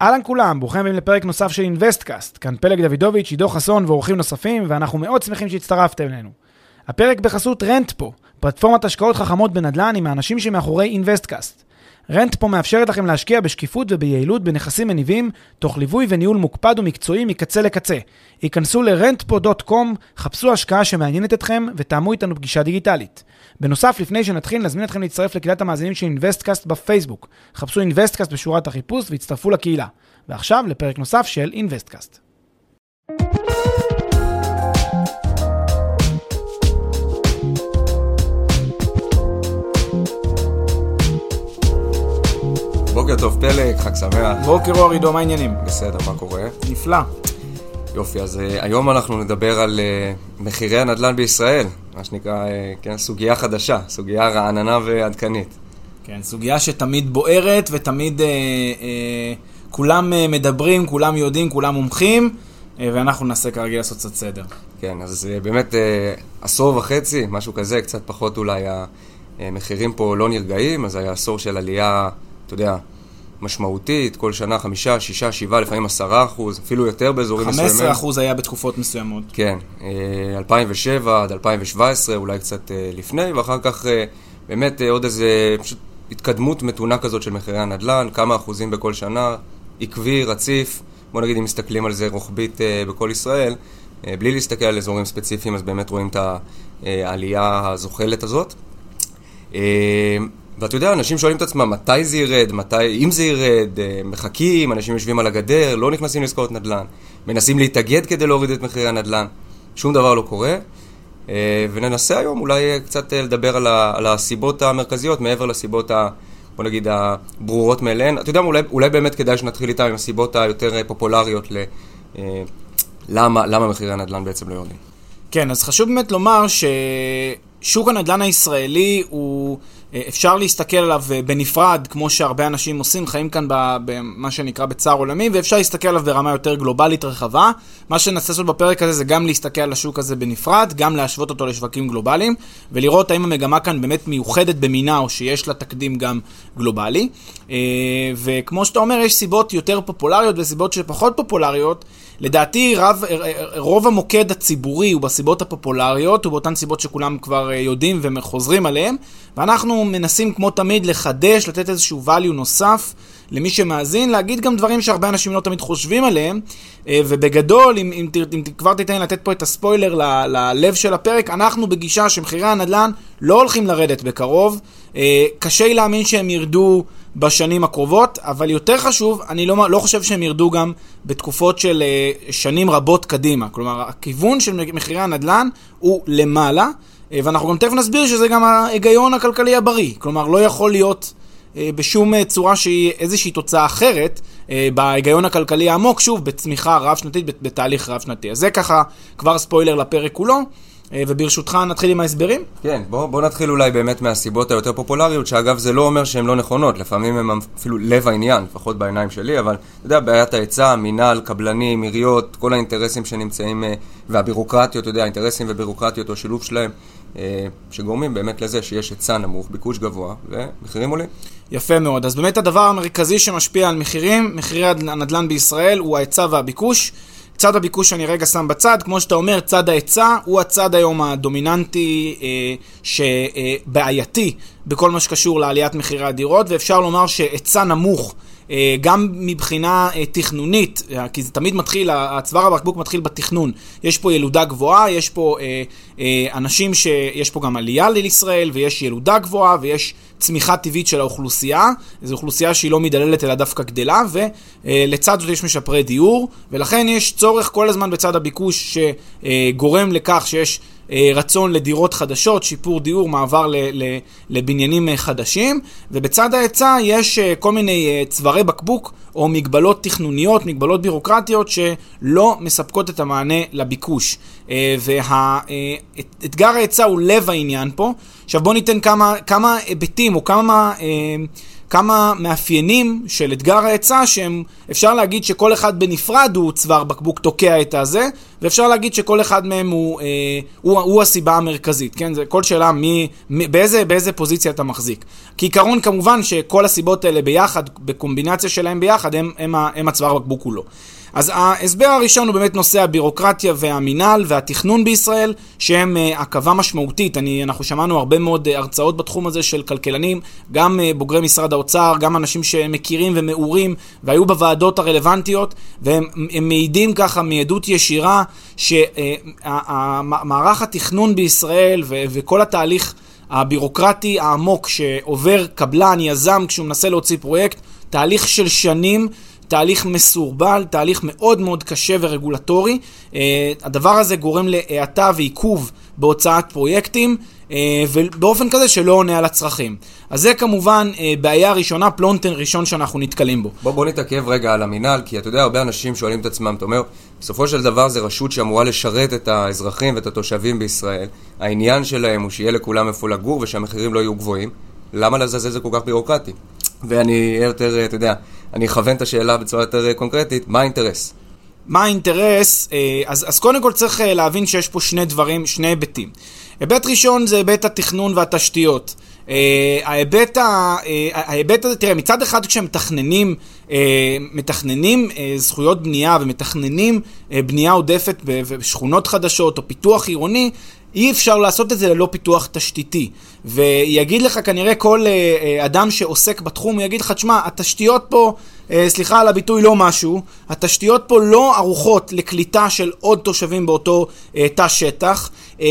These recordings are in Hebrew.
אהלן כולם, ברוכים הבאים לפרק נוסף של אינבסטקאסט. כאן פלג דוידוביץ', עידו חסון ואורחים נוספים, ואנחנו מאוד שמחים שהצטרפתם אלינו. הפרק בחסות רנטפו, פלטפורמת השקעות חכמות בנדל"ן עם האנשים שמאחורי אינבסטקאסט. רנטפו מאפשרת לכם להשקיע בשקיפות וביעילות בנכסים מניבים, תוך ליווי וניהול מוקפד ומקצועי מקצה לקצה. היכנסו ל-rentpo.com, חפשו השקעה שמעניינת אתכם ותאמו איתנו פגישה דיגיטלית. בנוסף, לפני שנתחיל, נזמין אתכם להצטרף לקהילת המאזינים של אינבסטקאסט בפייסבוק. חפשו אינבסטקאסט בשורת החיפוש והצטרפו לקהילה. ועכשיו לפרק נוסף של אינבסטקאסט. בוקר טוב פלג, חג שמח. בוקר אור עידו, מה העניינים? בסדר, מה קורה? נפלא. יופי, אז היום אנחנו נדבר על מחירי הנדל"ן בישראל, מה שנקרא סוגיה חדשה, סוגיה רעננה ועדכנית. כן, סוגיה שתמיד בוערת ותמיד כולם מדברים, כולם יודעים, כולם מומחים, ואנחנו ננסה כרגע לעשות קצת סדר. כן, אז באמת עשור וחצי, משהו כזה, קצת פחות אולי המחירים פה לא נרגעים, אז היה עשור של עלייה, אתה יודע, משמעותית, כל שנה 5, 6, 7, לפעמים 10%, אפילו יותר באזורים מסוימים. 15% היה בתקופות מסוימות. כן, 2007 עד 2017, אולי קצת לפני, ואחר כך באמת עוד איזה פשוט התקדמות מתונה כזאת של מחירי הנדל"ן, כמה אחוזים בכל שנה, עקבי, רציף, בוא נגיד אם מסתכלים על זה רוחבית בכל ישראל, בלי להסתכל על אזורים ספציפיים, אז באמת רואים את העלייה הזוחלת הזאת. ואתה יודע, אנשים שואלים את עצמם מתי זה ירד, אם זה ירד, מחכים, אנשים יושבים על הגדר, לא נכנסים לעסקאות נדל"ן, מנסים להתאגד כדי להוריד את מחירי הנדל"ן, שום דבר לא קורה, וננסה היום אולי קצת לדבר על הסיבות המרכזיות, מעבר לסיבות, בוא נגיד, הברורות מאליהן. אתה יודע, אולי באמת כדאי שנתחיל איתם עם הסיבות היותר פופולריות למה מחירי הנדל"ן בעצם לא יורדים. כן, אז חשוב באמת לומר ששוק הנדל"ן הישראלי הוא אפשר להסתכל עליו בנפרד, כמו שהרבה אנשים עושים, חיים כאן במה שנקרא בצער עולמי, ואפשר להסתכל עליו ברמה יותר גלובלית רחבה. מה שננסה לעשות בפרק הזה זה גם להסתכל על השוק הזה בנפרד, גם להשוות אותו לשווקים גלובליים, ולראות האם המגמה כאן באמת מיוחדת במינה, או שיש לה תקדים גם גלובלי. וכמו שאתה אומר, יש סיבות יותר פופולריות וסיבות שפחות פופולריות. לדעתי, רוב המוקד הציבורי הוא בסיבות הפופולריות, ובאותן סיבות שכולם כבר יודעים וחוזרים עליהם, ואנחנו מנסים כמו תמיד לחדש, לתת איזשהו value נוסף למי שמאזין, להגיד גם דברים שהרבה אנשים לא תמיד חושבים עליהם, ובגדול, אם כבר תיתן לתת פה את הספוילר ללב של הפרק, אנחנו בגישה שמחירי הנדל"ן לא הולכים לרדת בקרוב, קשה להאמין שהם ירדו בשנים הקרובות, אבל יותר חשוב, אני לא חושב שהם ירדו גם בתקופות של שנים רבות קדימה. כלומר, הכיוון של מחירי הנדל"ן הוא למעלה, ואנחנו גם תכף נסביר שזה גם ההיגיון הכלכלי הבריא. כלומר, לא יכול להיות בשום צורה שהיא איזושהי תוצאה אחרת בהיגיון הכלכלי העמוק, שוב, בצמיחה רב-שנתית, בתהליך רב-שנתי. אז זה ככה כבר ספוילר לפרק כולו. וברשותך נתחיל עם ההסברים? כן, בוא נתחיל אולי באמת מהסיבות היותר פופולריות, שאגב זה לא אומר שהן לא נכונות, לפעמים הן אפילו לב העניין, לפחות בעיניים שלי, אבל אתה יודע, בעיית ההיצע, מינהל, קבלנים, עיריות, כל האינטרסים שנמצאים, והבירוקרטיות, אתה יודע, האינטרסים ובירוקרטיות או שילוב שלהם, שגורמים באמת לזה שיש היצע נמוך, ביקוש גבוה, ומחירים עולים. יפה מאוד, אז באמת הדבר המרכזי שמשפיע על מחירי הנדל"ן בישראל הוא ההיצע והביקוש. צד הביקוש אני רגע שם בצד, כמו שאתה אומר, צד ההיצע הוא הצד היום הדומיננטי שבעייתי בכל מה שקשור לעליית מחירי הדירות, ואפשר לומר שהיצע נמוך גם מבחינה תכנונית, כי זה תמיד מתחיל, הצוואר הבקבוק מתחיל בתכנון. יש פה ילודה גבוהה, יש פה אנשים שיש פה גם עלייה לישראל, ויש ילודה גבוהה, ויש צמיחה טבעית של האוכלוסייה. זו אוכלוסייה שהיא לא מדללת אלא דווקא גדלה, ולצד זאת יש משפרי דיור, ולכן יש צורך כל הזמן בצד הביקוש שגורם לכך שיש רצון לדירות חדשות, שיפור דיור, מעבר לבניינים חדשים, ובצד ההיצע יש כל מיני צווארי בקבוק או מגבלות תכנוניות, מגבלות בירוקרטיות שלא מספקות את המענה לביקוש. והאתגר ההיצע הוא לב העניין פה. עכשיו בוא ניתן כמה היבטים או כמה מאפיינים של אתגר ההיצע שהם אפשר להגיד שכל אחד בנפרד הוא צוואר בקבוק תוקע את הזה, ואפשר להגיד שכל אחד מהם הוא הסיבה המרכזית, כן? זה כל שאלה באיזה פוזיציה אתה מחזיק. כעיקרון כמובן שכל הסיבות האלה ביחד, בקומבינציה שלהם ביחד, הם הצוואר בקבוק כולו. אז ההסבר הראשון הוא באמת נושא הבירוקרטיה והמינהל והתכנון בישראל, שהם עקבה משמעותית. אנחנו שמענו הרבה מאוד הרצאות בתחום הזה של כלכלנים, גם בוגרי משרד האוצר, גם אנשים שמכירים ומאורים, והיו בוועדות הרלוונטיות, והם מעידים ככה מעדות ישירה, שהמערך התכנון בישראל וכל התהליך הבירוקרטי העמוק שעובר קבלן, יזם, כשהוא מנסה להוציא פרויקט, תהליך של שנים, תהליך מסורבל, תהליך מאוד מאוד קשה ורגולטורי. הדבר הזה גורם להאטה ועיכוב בהוצאת פרויקטים, ובאופן כזה שלא עונה על הצרכים. אז זה כמובן בעיה ראשונה, פלונטר ראשון שאנחנו נתקלים בו. בוא נתעכב רגע על המינהל, כי אתה יודע, הרבה אנשים שואלים את עצמם, אתה אומר, בסופו של דבר זה רשות שאמורה לשרת את האזרחים ואת התושבים בישראל. העניין שלהם הוא שיהיה לכולם איפה לגור ושהמחירים לא יהיו גבוהים. למה לזלזל זה כל כך בירוקרטי? ואני יותר, אתה יודע, אני אכוון את השאלה בצורה יותר קונקרטית, מה האינטרס? מה האינטרס? אז קודם כל צריך להבין שיש פה שני דברים, שני היבטים. היבט ראשון זה היבט התכנון והתשתיות. ההיבט הזה, תראה, מצד אחד כשהם מתכננים זכויות בנייה ומתכננים בנייה עודפת בשכונות חדשות או פיתוח עירוני, אי אפשר לעשות את זה ללא פיתוח תשתיתי. ויגיד לך כנראה כל אדם שעוסק בתחום, הוא יגיד לך, תשמע, התשתיות פה, סליחה על הביטוי, לא משהו, התשתיות פה לא ערוכות לקליטה של עוד תושבים באותו תא שטח,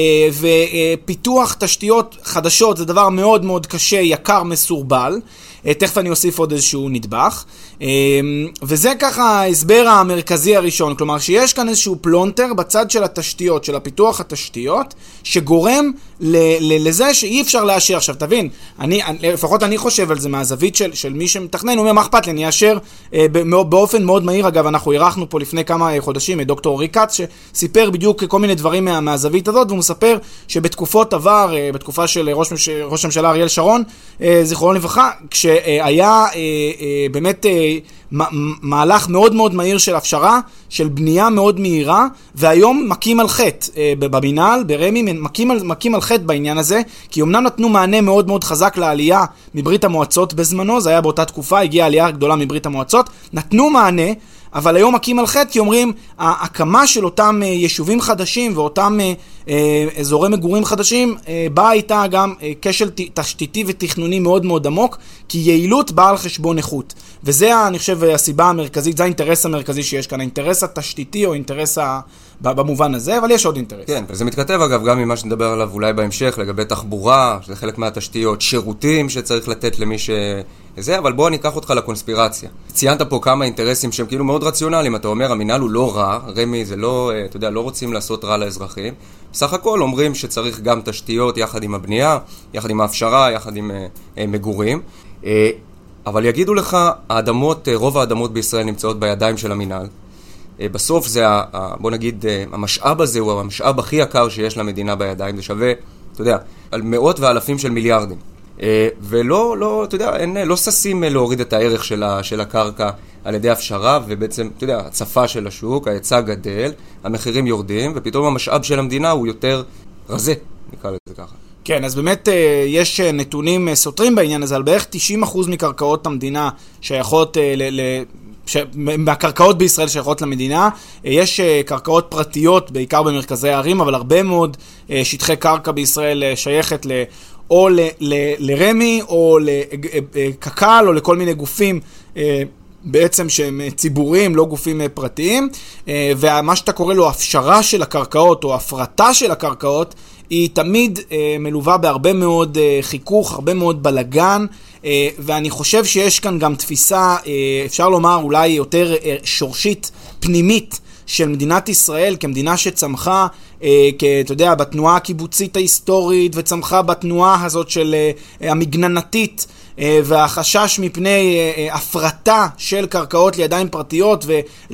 ופיתוח תשתיות חדשות זה דבר מאוד מאוד קשה, יקר, מסורבל. תכף אני אוסיף עוד איזשהו נדבך. וזה ככה ההסבר המרכזי הראשון, כלומר שיש כאן איזשהו פלונטר בצד של התשתיות, של הפיתוח התשתיות, שגורם לזה שאי אפשר לאשר. עכשיו תבין, לפחות אני חושב על זה מהזווית של מי שמתכנן, הוא אומר מה אכפת לי, אני אאשר באופן מאוד מהיר. אגב, אנחנו אירחנו פה לפני כמה חודשים את דוקטור אורי כץ, שסיפר בדיוק כל מיני דברים מהזווית הזאת, והוא מספר שבתקופות עבר, בתקופה של ראש הממשלה אריאל שרון, זיכרונו לברכה, כשהיה באמת מהלך מאוד מאוד מהיר של הפשרה, של בנייה מאוד מהירה, והיום מקים על חטא במינהל, ברמ"י, מקים על חטא בעניין הזה, כי אמנם נתנו מענה מאוד מאוד חזק לעלייה מברית המועצות בזמנו, זה היה באותה תקופה, הגיעה עלייה גדולה מברית המועצות, נתנו מענה, אבל היום מקים על חטא, כי אומרים, ההקמה של אותם יישובים חדשים ואותם אזורי מגורים חדשים, באה איתה גם כשל תשתיתי ותכנוני מאוד מאוד עמוק, כי יעילות באה על חשבון איכות. וזה, אני חושב, הסיבה המרכזית, זה האינטרס המרכזי שיש כאן, האינטרס התשתיתי או האינטרס במובן הזה, אבל יש עוד אינטרס. כן, וזה מתכתב אגב גם ממה שנדבר עליו אולי בהמשך, לגבי תחבורה, שזה חלק מהתשתיות, שירותים שצריך לתת למי זה, אבל בוא ניקח אותך לקונספירציה. ציינת פה כמה אינטרסים שהם כאילו מאוד רציונליים, אתה אומר, המינהל הוא לא רע, רמ"י זה לא, אתה יודע, לא רוצים לעשות רע לאזרחים. בסך הכל אומרים שצריך גם תשתיות יחד עם הבנייה, יחד עם ההפשרה, יחד עם מגורים. אבל יגידו לך, רוב האדמות בישראל נמצאות בידיים של המינהל. בסוף זה, בוא נגיד, המשאב הזה הוא המשאב הכי יקר שיש למדינה בידיים, זה שווה, אתה יודע, על מאות ואלפים של מיליארדים. ולא, אתה יודע, לא ססים להוריד את הערך של הקרקע על ידי הפשרה, ובעצם, אתה יודע, הצפה של השוק, ההיצע גדל, המחירים יורדים, ופתאום המשאב של המדינה הוא יותר רזה, נקרא לזה ככה. כן, אז באמת יש נתונים סותרים בעניין הזה, על בערך 90% מקרקעות המדינה שייכות מהקרקעות בישראל שייכות למדינה. יש קרקעות פרטיות, בעיקר במרכזי הערים, אבל הרבה מאוד שטחי קרקע בישראל שייכת או לרמ"י, או לקק"ל, או לכל מיני גופים בעצם שהם ציבוריים, לא גופים פרטיים. ומה שאתה קורא לו הפשרה של הקרקעות, או הפרטה של הקרקעות, היא תמיד מלווה בהרבה מאוד חיכוך, הרבה מאוד בלגן, ואני חושב שיש כאן גם תפיסה, אפשר לומר אולי יותר שורשית, פנימית, של מדינת ישראל כמדינה שצמחה, אתה יודע, בתנועה הקיבוצית ההיסטורית, וצמחה בתנועה הזאת של המגננתית, והחשש מפני הפרטה של קרקעות לידיים פרטיות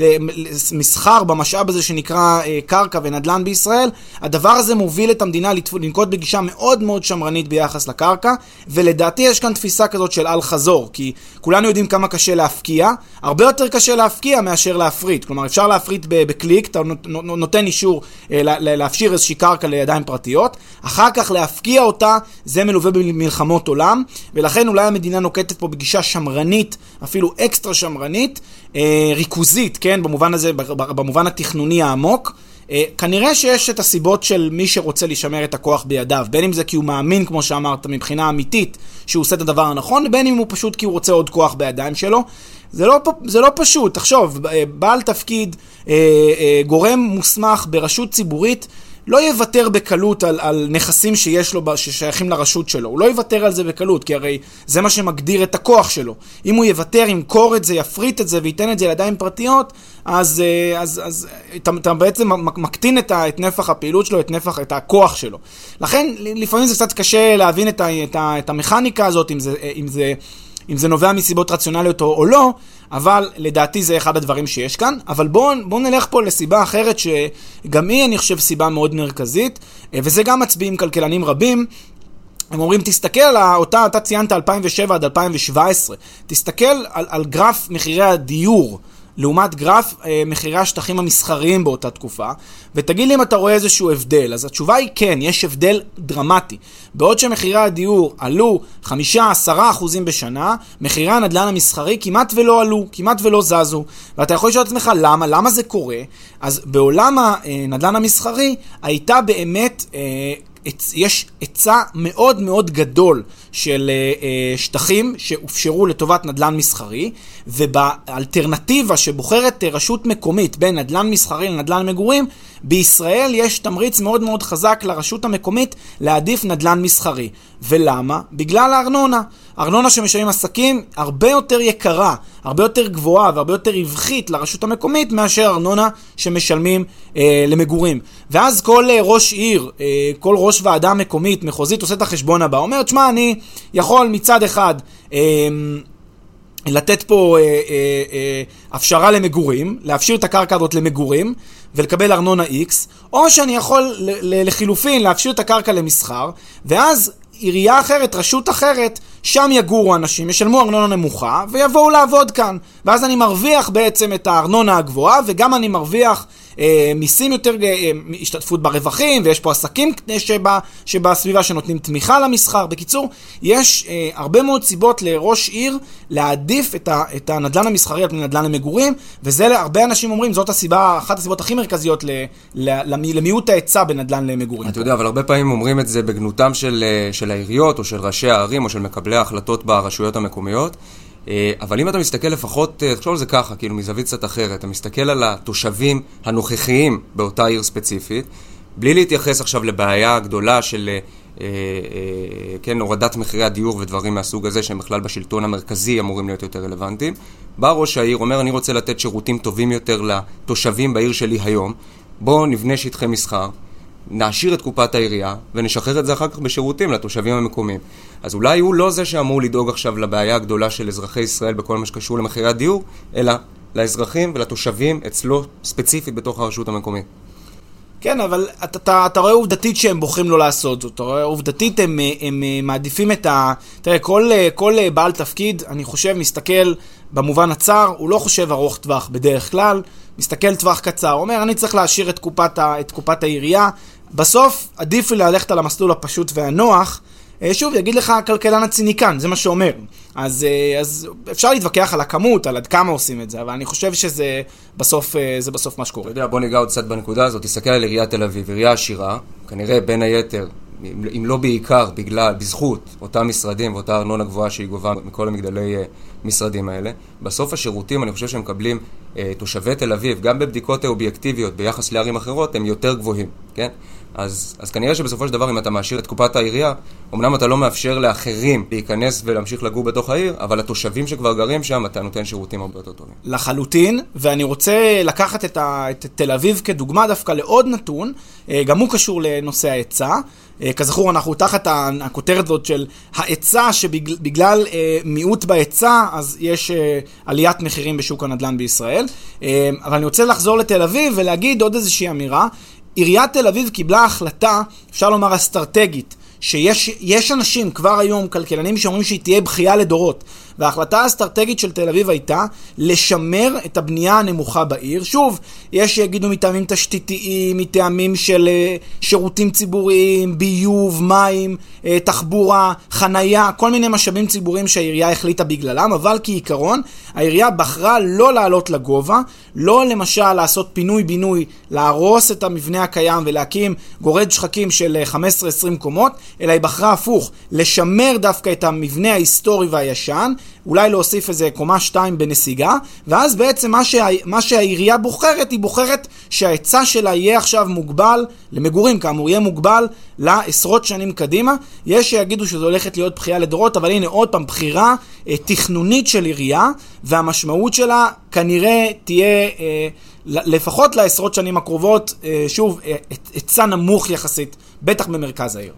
ומסחר במשאב הזה שנקרא קרקע ונדל"ן בישראל, הדבר הזה מוביל את המדינה לנקוט בגישה מאוד מאוד שמרנית ביחס לקרקע, ולדעתי יש כאן תפיסה כזאת של אל חזור, כי כולנו יודעים כמה קשה להפקיע, הרבה יותר קשה להפקיע מאשר להפריט. כלומר, אפשר להפריט בקליק, אתה נותן אישור להפשיר איזושהי קרקע לידיים פרטיות, אחר כך להפקיע אותה, זה מלווה במלחמות עולם, ולכן אולי המדינה נוקטת פה בגישה שמרנית, אפילו אקסטרה שמרנית, ריכוזית, כן, במובן הזה, במובן התכנוני העמוק. כנראה שיש את הסיבות של מי שרוצה לשמר את הכוח בידיו, בין אם זה כי הוא מאמין, כמו שאמרת, מבחינה אמיתית, שהוא עושה את הדבר הנכון, בין אם הוא פשוט כי הוא רוצה עוד כוח בידיים שלו. זה לא פשוט. תחשוב, בעל תפקיד, גורם מוסמך ברשות ציבורית, לא יוותר בקלות על נכסים שיש לו, ששייכים לרשות שלו. הוא לא יוותר על זה בקלות, כי הרי זה מה שמגדיר את הכוח שלו. אם הוא יוותר, ימכור את זה, יפריט את זה וייתן את זה לידיים פרטיות, אז אתה בעצם מקטין את נפח הפעילות שלו, את הכוח שלו. לכן, לפעמים זה קצת קשה להבין את המכניקה הזאת, אם זה נובע מסיבות רציונליות או לא, אבל לדעתי זה אחד הדברים שיש כאן. אבל בואו נלך פה לסיבה אחרת שגם היא, אני חושב, סיבה מאוד מרכזית, וזה גם מצביעים כלכלנים רבים. הם אומרים, תסתכל על אתה ציינת 2007 עד 2017, תסתכל על גרף מחירי הדיור, לעומת גרף מחירי השטחים המסחריים באותה תקופה, ותגיד לי אם אתה רואה איזשהו הבדל. אז התשובה היא כן, יש הבדל דרמטי. בעוד שמחירי הדיור עלו 5-10% בשנה, מחירי הנדל"ן המסחרי כמעט ולא עלו, כמעט ולא זזו. ואתה יכול לשאול את עצמך למה זה קורה? אז בעולם הנדל"ן המסחרי הייתה באמת יש היצע מאוד מאוד גדול של שטחים שאופשרו לטובת נדל"ן מסחרי, ובאלטרנטיבה שבוחרת רשות מקומית בין נדל"ן מסחרי לנדל"ן מגורים, בישראל יש תמריץ מאוד מאוד חזק לרשות המקומית להעדיף נדל"ן מסחרי. ולמה? בגלל הארנונה. ארנונה שמשלמים עסקים הרבה יותר יקרה, הרבה יותר גבוהה והרבה יותר רווחית לרשות המקומית מאשר ארנונה שמשלמים למגורים. ואז כל ראש עיר, כל ראש ועדה מקומית, מחוזית, עושה את החשבון הבא. אומר, תשמע, אני יכול מצד אחד לתת פה אפשרה למגורים, להפשיר את הקרקע הזאת למגורים ולקבל ארנונה X, או שאני יכול לחילופין להפשיר את הקרקע למסחר, ואז עירייה אחרת, רשות אחרת, שם יגורו אנשים, ישלמו ארנונה נמוכה ויבואו לעבוד כאן. ואז אני מרוויח בעצם את הארנונה הגבוהה, וגם אני מרוויח מיסים יותר, השתתפות ברווחים, ויש פה עסקים שבסביבה שנותנים תמיכה למסחר. בקיצור, יש הרבה מאוד סיבות לראש עיר להעדיף את הנדל"ן המסחרי על פני נדל"ן למגורים, וזה הרבה אנשים אומרים, זאת הסיבה, אחת הסיבות הכי מרכזיות למיעוט ההיצע בנדל"ן למגורים. אתה יודע, אבל הרבה פעמים אומרים את זה בגנותם של העיריות, או של ראשי הערים, או של מקבלי ההחלטות ברשויות המקומיות. אבל אם אתה מסתכל לפחות, תחשוב על זה ככה, כאילו מזווית קצת אחרת, אתה מסתכל על התושבים הנוכחיים באותה עיר ספציפית, בלי להתייחס עכשיו לבעיה גדולה של כן, הורדת מחירי הדיור ודברים מהסוג הזה, שהם בכלל בשלטון המרכזי אמורים להיות יותר רלוונטיים. בא ראש העיר, אומר, אני רוצה לתת שירותים טובים יותר לתושבים בעיר שלי היום, בואו נבנה שטחי מסחר, נעשיר את קופת העירייה ונשחרר את זה אחר כך בשירותים לתושבים המקומיים. אז אולי הוא לא זה שאמור לדאוג עכשיו לבעיה הגדולה של אזרחי ישראל בכל מה שקשור למחירי הדיור, אלא לאזרחים ולתושבים אצלו ספציפית בתוך הרשות המקומית. כן, אבל אתה רואה עובדתית שהם בוחרים לא לעשות זאת. אתה רואה עובדתית הם מעדיפים את תראה, כל בעל תפקיד, אני חושב, מסתכל במובן הצר, הוא לא חושב ארוך טווח בדרך כלל, מסתכל טווח קצר, אומר, אני צריך להשאיר את קופת העירייה, בסוף עדיף לי ללכת על המסלול הפשוט והנוח. שוב, יגיד לך הכלכלן הציניקן, זה מה שאומר. אז אפשר להתווכח על הכמות, על עד כמה עושים את זה, אבל אני חושב שזה בסוף מה שקורה. אתה יודע, בוא ניגע עוד קצת בנקודה הזאת, תסתכל על עיריית תל אביב, עירייה עשירה, כנראה בין היתר, אם לא בעיקר, בזכות אותם משרדים ואותה ארנונה גבוהה שהיא גובה מכל המגדלי משרדים האלה. בסוף השירותים, אני חושב שהם מקבלים תושבי תל אביב, גם בבדיקות האובייקטיביות ביחס לערים אחרות, הם יותר גבוהים. כן? אז כנראה שבסופו של דבר, אם אתה מאשיר את קופת העירייה, אמנם אתה לא מאפשר לאחרים להיכנס ולהמשיך לגור בתוך העיר, אבל התושבים שכבר גרים שם, אתה נותן שירותים הרבה יותר טובים. לחלוטין, ואני רוצה לקחת את תל אביב כדוגמה דווקא לעוד נתון, גם הוא קשור לנושא ההיצע. כזכור, אנחנו תחת הכותרת הזאת של ההיצע, שבגלל מיעוט בהיצע, אז יש עליית מחירים בשוק הנדל"ן בישראל. אבל אני רוצה לחזור לתל אביב ולהגיד עוד איזושהי אמירה. עיריית תל אביב קיבלה החלטה, אפשר לומר אסטרטגית, שיש אנשים כבר היום, כלכלנים שאומרים שהיא תהיה בכייה לדורות, וההחלטה האסטרטגית של תל אביב הייתה לשמר את הבנייה הנמוכה בעיר. שוב, יש שיגידו מטעמים תשתיתיים, מטעמים של שירותים ציבוריים, ביוב, מים, תחבורה, חנייה, כל מיני משאבים ציבוריים שהעירייה החליטה בגללם, אבל כעיקרון, העירייה בחרה לא לעלות לגובה, לא למשל לעשות פינוי-בינוי, להרוס את המבנה הקיים ולהקים גורד שחקים של 15-20 קומות, אלא היא בחרה הפוך, לשמר דווקא את המבנה ההיסטורי והישן, אולי להוסיף איזה קומה 2 בנסיגה, ואז בעצם מה שהעירייה בוחרת, היא בוחרת שההיצע שלה יהיה עכשיו מוגבל, למגורים כאמור, יהיה מוגבל לעשרות שנים קדימה. יש שיגידו שזה הולכת להיות בכייה לדורות, אבל הנה עוד פעם, בחירה תכנונית של עירייה, והמשמעות שלה כנראה תהיה לפחות לעשרות שנים הקרובות, שוב, היצע נמוך יחסית, בטח במרכז העיר.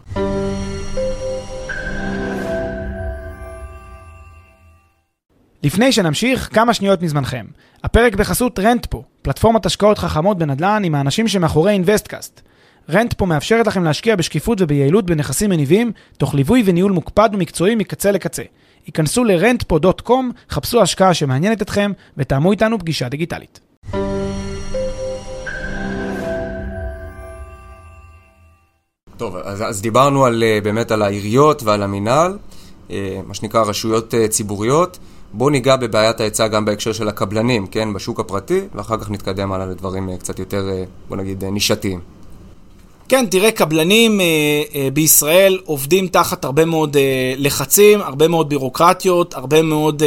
לפני שנמשיך, כמה שניות מזמנכם. הפרק בחסות רנטפו, פלטפורמת השקעות חכמות בנדל"ן עם האנשים שמאחורי אינבסטקאסט. רנטפו מאפשרת לכם להשקיע בשקיפות וביעילות בנכסים מניבים, תוך ליווי וניהול מוקפד ומקצועי מקצה לקצה. היכנסו ל-rentpo.com, חפשו השקעה שמעניינת אתכם ותאמו איתנו פגישה דיגיטלית. טוב, אז דיברנו באמת על העיריות ועל המינהל, מה שנקרא רשויות ציבוריות. בואו ניגע בבעיית ההיצע גם בהקשר של הקבלנים, כן, בשוק הפרטי, ואחר כך נתקדם הלאה לדברים קצת יותר, בוא נגיד, נישתיים. כן, תראה, קבלנים בישראל עובדים תחת הרבה מאוד לחצים, הרבה מאוד בירוקרטיות, הרבה מאוד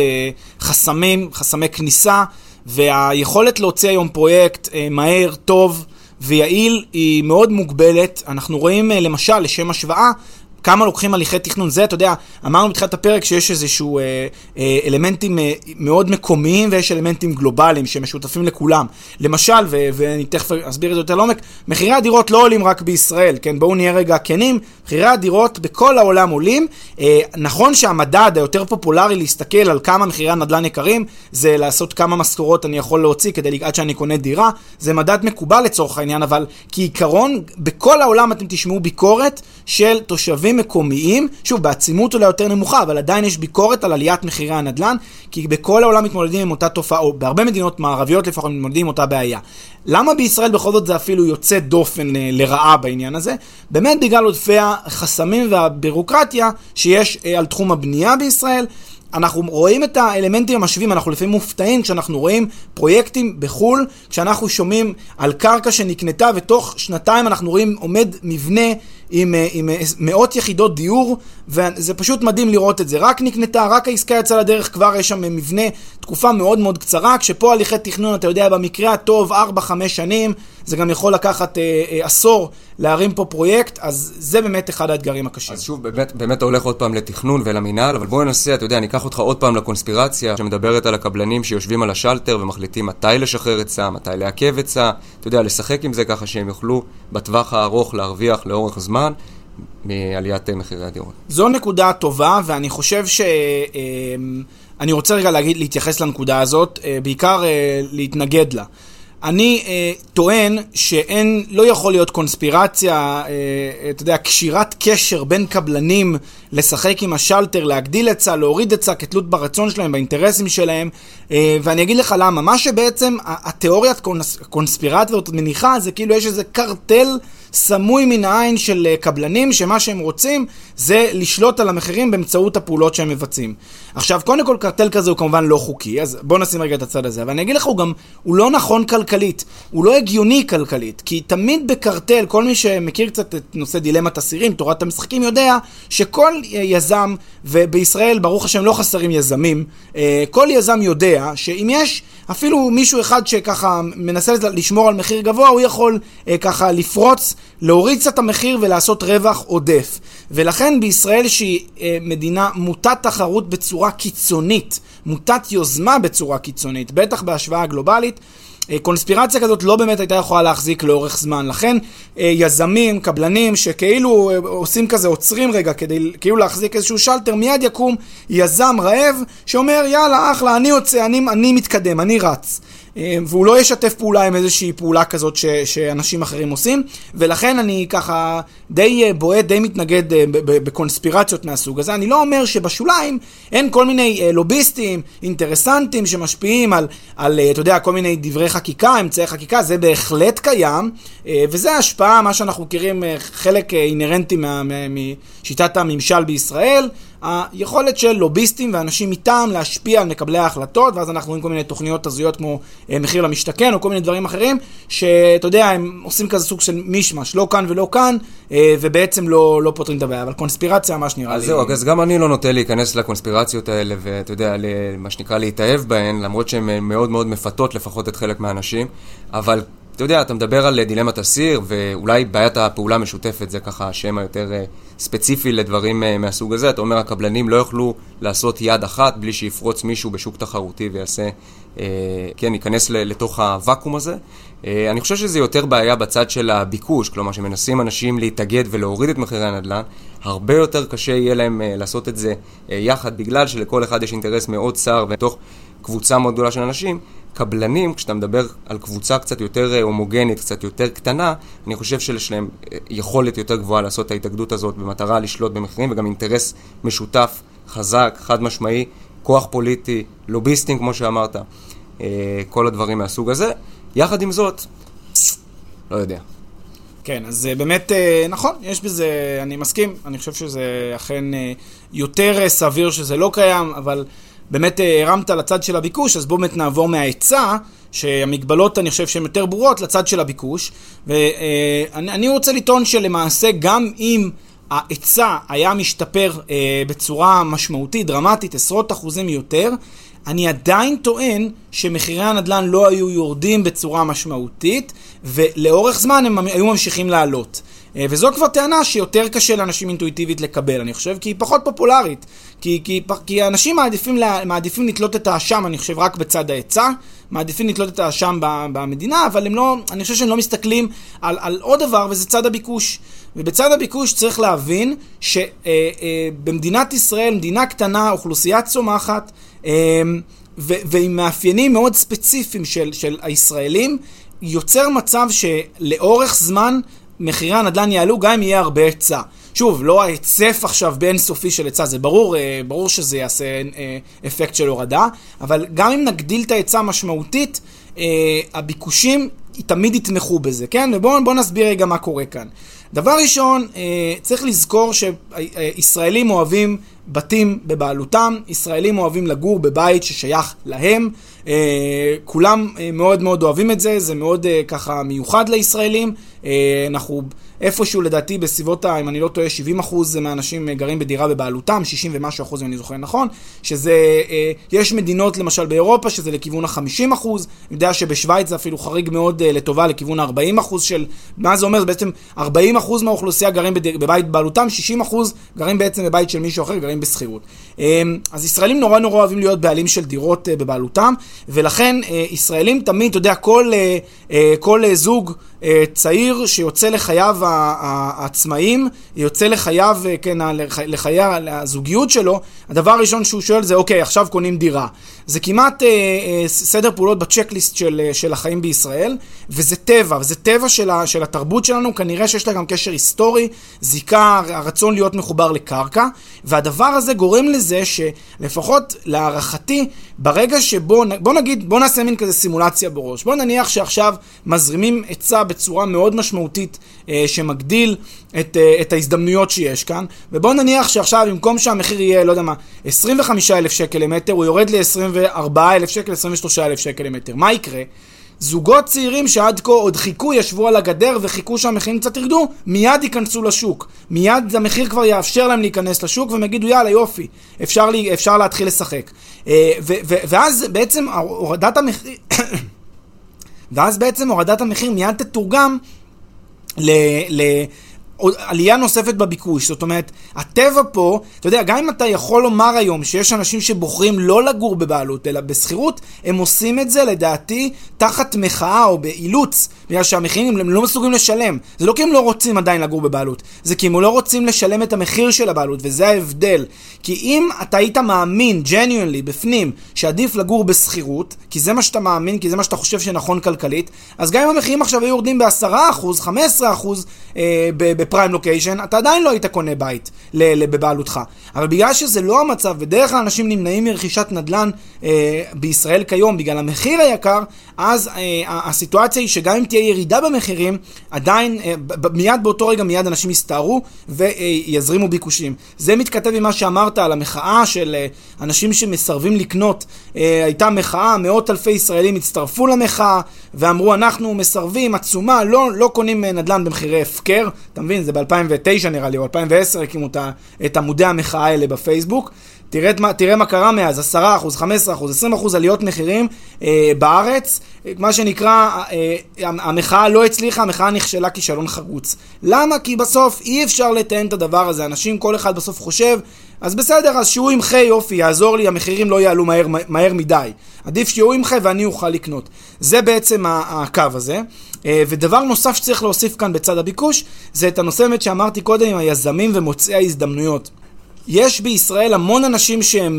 חסמי כניסה, והיכולת להוציא היום פרויקט מהר, טוב ויעיל היא מאוד מוגבלת. אנחנו רואים למשל, לשם השוואה, כמה לוקחים הליכי תכנון. זה, אתה יודע, אמרנו בתחילת הפרק שיש איזשהו אלמנטים מאוד מקומיים ויש אלמנטים גלובליים שמשותפים לכולם. למשל, ואני תכף אסביר את זה יותר לעומק, מחירי הדירות לא עולים רק בישראל, כן? בואו נהיה רגע כנים, מחירי הדירות בכל העולם עולים. נכון שהמדד היותר פופולרי להסתכל על כמה מחירי הנדל"ן יקרים, זה לעשות כמה משכורות אני יכול להוציא כדי עד שאני קונה דירה. זה מדד מקובל לצורך העניין, אבל כעיקרון, בכל העולם אתם תשמעו ביקורת של תושבים מקומיים, שוב, בעצימות אולי יותר נמוכה, אבל עדיין יש ביקורת על עליית מחירי הנדל"ן, כי בכל העולם מתמודדים עם אותה תופעה, או בהרבה מדינות מערביות לפחות מתמודדים עם אותה בעיה. למה בישראל בכל זאת זה אפילו יוצא דופן לרעה בעניין הזה? באמת בגלל עודפי החסמים והבירוקרטיה שיש על תחום הבנייה בישראל. אנחנו רואים את האלמנטים המשווים, אנחנו לפעמים מופתעים כשאנחנו רואים פרויקטים בחול, כשאנחנו שומעים על קרקע שנקנתה, ותוך שנתיים אנחנו רואים עומד מבנה עם מאות יחידות דיור, וזה פשוט מדהים לראות את זה. רק נקנתה, רק העסקה יצאה לדרך, כבר יש שם מבנה תקופה מאוד מאוד קצרה, כשפה הליכי תכנון, אתה יודע, במקרה הטוב 4-5 שנים, זה גם יכול לקחת עשור להרים פה פרויקט, אז זה באמת אחד האתגרים הקשים. אז שוב, באמת הולך עוד פעם לתכנון ולמינהל, אבל בואו ננסה, אתה יודע, אני אקח אותך עוד פעם לקונספירציה, שמדברת על הקבלנים שיושבים על השלטר ומחליטים מתי לשחרר היצע, מתי לעכב היצע, אתה יודע, לשחק עם זה ככה שהם יוכלו בטווח הארוך להרוויח לאורך זמן מעליית מחירי הדירות. זו נקודה טובה, ואני חושב אני רוצה רגע להתייחס לנקודה הזאת, בעיקר להתנגד לה. אני טוען לא יכול להיות קונספירציה, אתה יודע, קשירת קשר בין קבלנים לשחק עם השלטר, להגדיל היצע, להוריד היצע, כתלות ברצון שלהם, באינטרסים שלהם, ואני אגיד לך למה. מה שבעצם התיאוריית קונספירציה מניחה, זה כאילו יש איזה קרטל סמוי מן העין של קבלנים, שמה שהם רוצים זה לשלוט על המחירים באמצעות הפעולות שהם מבצעים. עכשיו, קודם כל, קרטל כזה הוא כמובן לא חוקי, אז בוא נשים רגע את הצד הזה. אבל אני אגיד לך, הוא לא נכון כלכלית. כלכלית, הוא לא הגיוני כלכלית, כי תמיד בקרטל, כל מי שמכיר קצת את נושא דילמת אסירים, תורת המשחקים יודע שכל יזם, ובישראל ברוך השם לא חסרים יזמים, כל יזם יודע שאם יש אפילו מישהו אחד שככה מנסה לשמור על מחיר גבוה, הוא יכול ככה לפרוץ, להוריד קצת המחיר ולעשות רווח עודף. ולכן בישראל שהיא מדינה מוטת תחרות בצורה קיצונית, מוטת יוזמה בצורה קיצונית, בטח בהשוואה גלובלית, קונספירציה כזאת לא באמת הייתה יכולה להחזיק לאורך זמן. לכן יזמים, קבלנים שכאילו עושים כזה, עוצרים רגע כדי כאילו להחזיק איזשהו שלטר, מיד יקום יזם רעב שאומר יאללה אחלה, אני יוצא, אני מתקדם, אני רץ. והוא לא ישתף פעולה עם איזושהי פעולה כזאת שאנשים אחרים עושים, ולכן אני ככה די בועט, די מתנגד בקונספירציות מהסוג הזה. אני לא אומר שבשוליים אין כל מיני לוביסטים, אינטרסנטים שמשפיעים על אתה יודע, כל מיני דברי חקיקה, אמצעי חקיקה, זה בהחלט קיים, וזה ההשפעה, מה שאנחנו מכירים, חלק אינרנטי משיטת הממשל בישראל, היכולת של לוביסטים ואנשים איתם להשפיע על מקבלי ההחלטות, ואז אנחנו רואים כל מיני תוכניות הזויות כמו מחיר למשתכן או כל מיני דברים אחרים, שאתה יודע, הם עושים כזה סוג של מישמש, לא כאן ולא כאן, ובעצם לא פותרים את הבעיה, אבל קונספירציה ממש נראה לי. אז זהו, אז גם אני לא נוטה להיכנס לקונספירציות האלה, ואתה יודע, מה שנקרא להתאהב בהן, למרות שהן מאוד מאוד מפתות לפחות את חלק מהאנשים, אבל אתה יודע, אתה מדבר על דילמת אסיר, ואולי בעיית הפעולה המשותפת, זה ככה השם היותר ספציפי לדברים מהסוג הזה. אתה אומר, הקבלנים לא יוכלו לעשות יד אחת בלי שיפרוץ מישהו בשוק תחרותי ויעשה, כן, ייכנס לתוך הוואקום הזה. אני חושב שזה יותר בעיה בצד של הביקוש, כלומר שמנסים אנשים להתאגד ולהוריד את מחירי הנדל"ן, הרבה יותר קשה יהיה להם לעשות את זה יחד, בגלל שלכל אחד יש אינטרס מאוד צר ותוך קבוצה מאוד גדולה של אנשים. קבלנים, כשאתה מדבר על קבוצה קצת יותר הומוגנית, קצת יותר קטנה, אני חושב שיש להם יכולת יותר גבוהה לעשות את ההתאגדות הזאת במטרה לשלוט במחירים, וגם אינטרס משותף, חזק, חד משמעי, כוח פוליטי, לוביסטים כמו שאמרת, כל הדברים מהסוג הזה. יחד עם זאת, לא יודע. כן, אז באמת, נכון, יש בזה, אני מסכים, אני חושב שזה אכן יותר סביר שזה לא קיים, אבל באמת הרמת לצד של הביקוש, אז בואו באמת נעבור מההיצע, שהמגבלות אני חושב שהן יותר ברורות לצד של הביקוש, ואני רוצה לטעון שלמעשה גם אם ההיצע היה משתפר בצורה משמעותית, דרמטית, עשרות אחוזים יותר, אני עדיין טוען שמחירי הנדל"ן לא היו יורדים בצורה משמעותית, ולאורך זמן הם היו ממשיכים לעלות. וזו כבר טענה שיותר קשה לאנשים אינטואיטיבית לקבל, אני חושב, כי היא פחות פופולרית. כי אנשים מעדיפים לתלות את האשם, אני חושב, רק בצד ההיצע, מעדיפים לתלות את האשם במדינה, אבל אני חושב שהם לא מסתכלים על עוד דבר, וזה צד הביקוש. ובצד הביקוש צריך להבין שבמדינת ישראל, מדינה קטנה, אוכלוסייה צומחת, ועם מאפיינים מאוד ספציפיים של הישראלים, יוצר מצב שלאורך זמן מחירי הנדל"ן יעלו גם אם יהיה הרבה היצע. שוב, לא ההיצף עכשיו באינסופי של היצע, זה ברור שזה יעשה אפקט של הורדה, אבל גם אם נגדיל את ההיצע משמעותית, הביקושים תמיד יתמכו בזה, כן? ובואו נסביר רגע מה קורה כאן. דבר ראשון, צריך לזכור שישראלים אוהבים בתים בבעלותם, ישראלים אוהבים לגור בבית ששייך להם, כולם מאוד מאוד אוהבים את זה, זה מאוד ככה מיוחד לישראלים, אנחנו איפשהו לדעתי בסביבות, אם אני לא טועה, 70% מהאנשים גרים בדירה בבעלותם, 60 ומשהו אחוז אם אני זוכר נכון, שזה, יש מדינות למשל באירופה שזה לכיוון ה-50%, אני יודע שבשוויץ זה אפילו חריג מאוד לטובה לכיוון ה-40% של, מה זה אומר? זה בעצם 40% מהאוכלוסייה גרים בבית בבעלותם, 60% גרים בעצם בבית של מישהו אחר, גרים בסחירות. אז ישראלים נורא נורא אוהבים להיות בעלים של דירות בבעלותם, ולכן ישראלים תמיד, אתה יודע, כל זוג צעיר שיוצא לחייו העצמאים, יוצא לחייו, כן, לחיי הזוגיות שלו, הדבר הראשון שהוא שואל זה, אוקיי, עכשיו קונים דירה. זה כמעט סדר פעולות בצ'קליסט של החיים בישראל, וזה טבע, וזה טבע של התרבות שלנו, כנראה שיש לה גם קשר היסטורי, זיקה, הרצון להיות מחובר לקרקע, והדבר הזה גורם לזה שלפחות להערכתי, ברגע שבוא נגיד, בוא נעשה מין כזה סימולציה בראש, בוא נניח שעכשיו מזרימים היצע בצורה מאוד משמעותית שמגדיל את ההזדמנויות שיש כאן, ובוא נניח שעכשיו במקום שהמחיר יהיה, לא יודע מה, 25,000 שקל למטר, הוא יורד ל-24,000 שקל, 23,000 שקל למטר. מה יקרה? זוגות צעירים שעד כה עוד חיכו, ישבו על הגדר וחיכו שהמחירים קצת ירדו, מיד ייכנסו לשוק. מיד המחיר כבר יאפשר להם להיכנס לשוק, והם יגידו, יאללה, יופי, אפשר להתחיל לשחק. ואז בעצם הורדת המחיר מיד תתורגם עלייה נוספת בביקוש. זאת אומרת, הטבע פה, אתה יודע, גם אם אתה יכול לומר היום שיש אנשים שבוחרים לא לגור בבעלות, אלא בסחירות, הם עושים את זה לדעתי תחת מחאה או באילוץ, בגלל שהמחירים הם לא מסוגלים לשלם. זה לא כי הם לא רוצים עדיין לגור בבעלות, זה כי הם לא רוצים לשלם את המחיר של הבעלות, וזה ההבדל. כי אם אתה היית מאמין, genuinely, בפנים, שעדיף לגור בסחירות, כי זה מה שאתה מאמין, כי זה מה שאתה חושב שנכון כלכלית, אז גם אם המחירים עכשיו היו יורדים ב10%, 15%, בפריים לוקיישן, אתה עדיין לא היית קונה בית בבעלותך. אבל בגלל שזה לא המצב, בדרך כלל אנשים נמנעים מרכישת נדל"ן בישראל כיום, בגלל המחיר היקר, אז הסיטואציה היא שגם אם תהיה ירידה במחירים, עדיין, מיד באותו רגע מיד אנשים יסתערו ויזרימו ביקושים. זה מתכתב עם מה שאמרת על המחאה של אנשים שמסרבים לקנות. הייתה מחאה, מאות אלפי ישראלים הצטרפו למחאה, ואמרו אנחנו מסרבים, עצומה, לא קונים נדל"ן במחירי הפקר. אתה מבין, זה ב-2009 נראה לי, או 2010 הקימו את עמודי המחאה האלה בפייסבוק. תראה מה קרה מאז, 10%, 15%, 20% עליות מחירים בארץ. מה שנקרא, המחאה לא הצליחה, המחאה נכשלה כישלון חרוץ. למה? כי בסוף אי אפשר לתאם את הדבר הזה. אנשים, כל אחד בסוף חושב, אז בסדר, אז שהוא ימחה, יופי, יעזור לי, המחירים לא יעלו מהר מדי. עדיף שהוא ימחה ואני אוכל לקנות. זה בעצם הקו הזה. ודבר נוסף שצריך להוסיף כאן בצד הביקוש, זה את הנושא שאמרתי קודם עם היזמים ומוצאי ההזדמנויות. יש בישראל המון אנשים שהם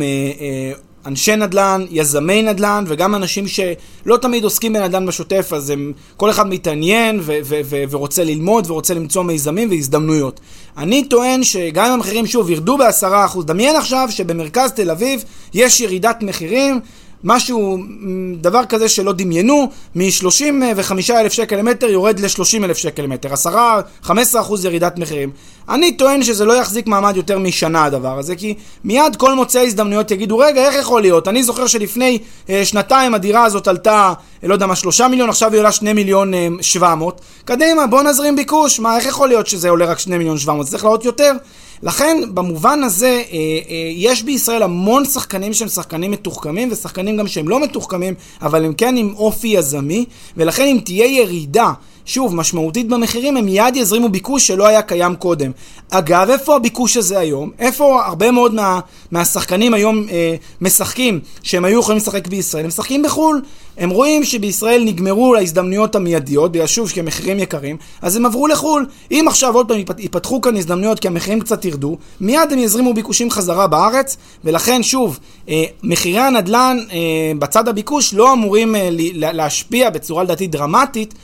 אנשי נדל"ן, יזמי נדל"ן, וגם אנשים שלא תמיד עוסקים בנדל"ן בשוטף, אז כל אחד מתעניין ורוצה ללמוד ורוצה למצוא מיזמים והזדמנויות. אני טוען שגם אם המחירים שוב ירדו ב10%, דמיין עכשיו שבמרכז תל אביב יש ירידת מחירים, משהו, דבר כזה שלא דמיינו, מ-35,000 שקל למטר יורד ל-30,000 שקל למטר, 15% ירידת מחירים. אני טוען שזה לא יחזיק מעמד יותר משנה הדבר הזה, כי מיד כל מוצאי הזדמנויות יגידו, רגע, איך יכול להיות? אני זוכר שלפני שנתיים הדירה הזאת עלתה, לא יודע מה, 3 מיליון, עכשיו היא עולה 2,700,000. קדימה, בוא נזרים ביקוש. מה, איך יכול להיות שזה עולה רק 2,700,000? צריך לעלות יותר. לכן, במובן הזה, יש בישראל המון שחקנים שהם שחקנים מתוחכמים, ושחקנים גם שהם לא מתוחכמים, אבל הם כן עם אופי יזמי, ולכן אם תהיה ירידה, שוב, משמעותית במחירים, הם מיד יזרימו ביקוש שלא היה קיים קודם. אגב, איפה הביקוש הזה היום? איפה הרבה מאוד מהשחקנים היום משחקים, שהם היו יכולים לשחק בישראל? הם משחקים בחול. הם רואים שבישראל נגמרו להזדמנויות המיידיות, בגלל שוב כי המחירים יקרים, אז הם עברו לחול. אם עכשיו עוד פעם ייפתחו כאן הזדמנויות כי המחירים קצת ירדו, מיד הם יזרימו ביקושים חזרה בארץ, ולכן שוב, מחירי הנדל"ן בצד הביקוש לא אמורים להשפיע בצורה לדעתי דרמטית,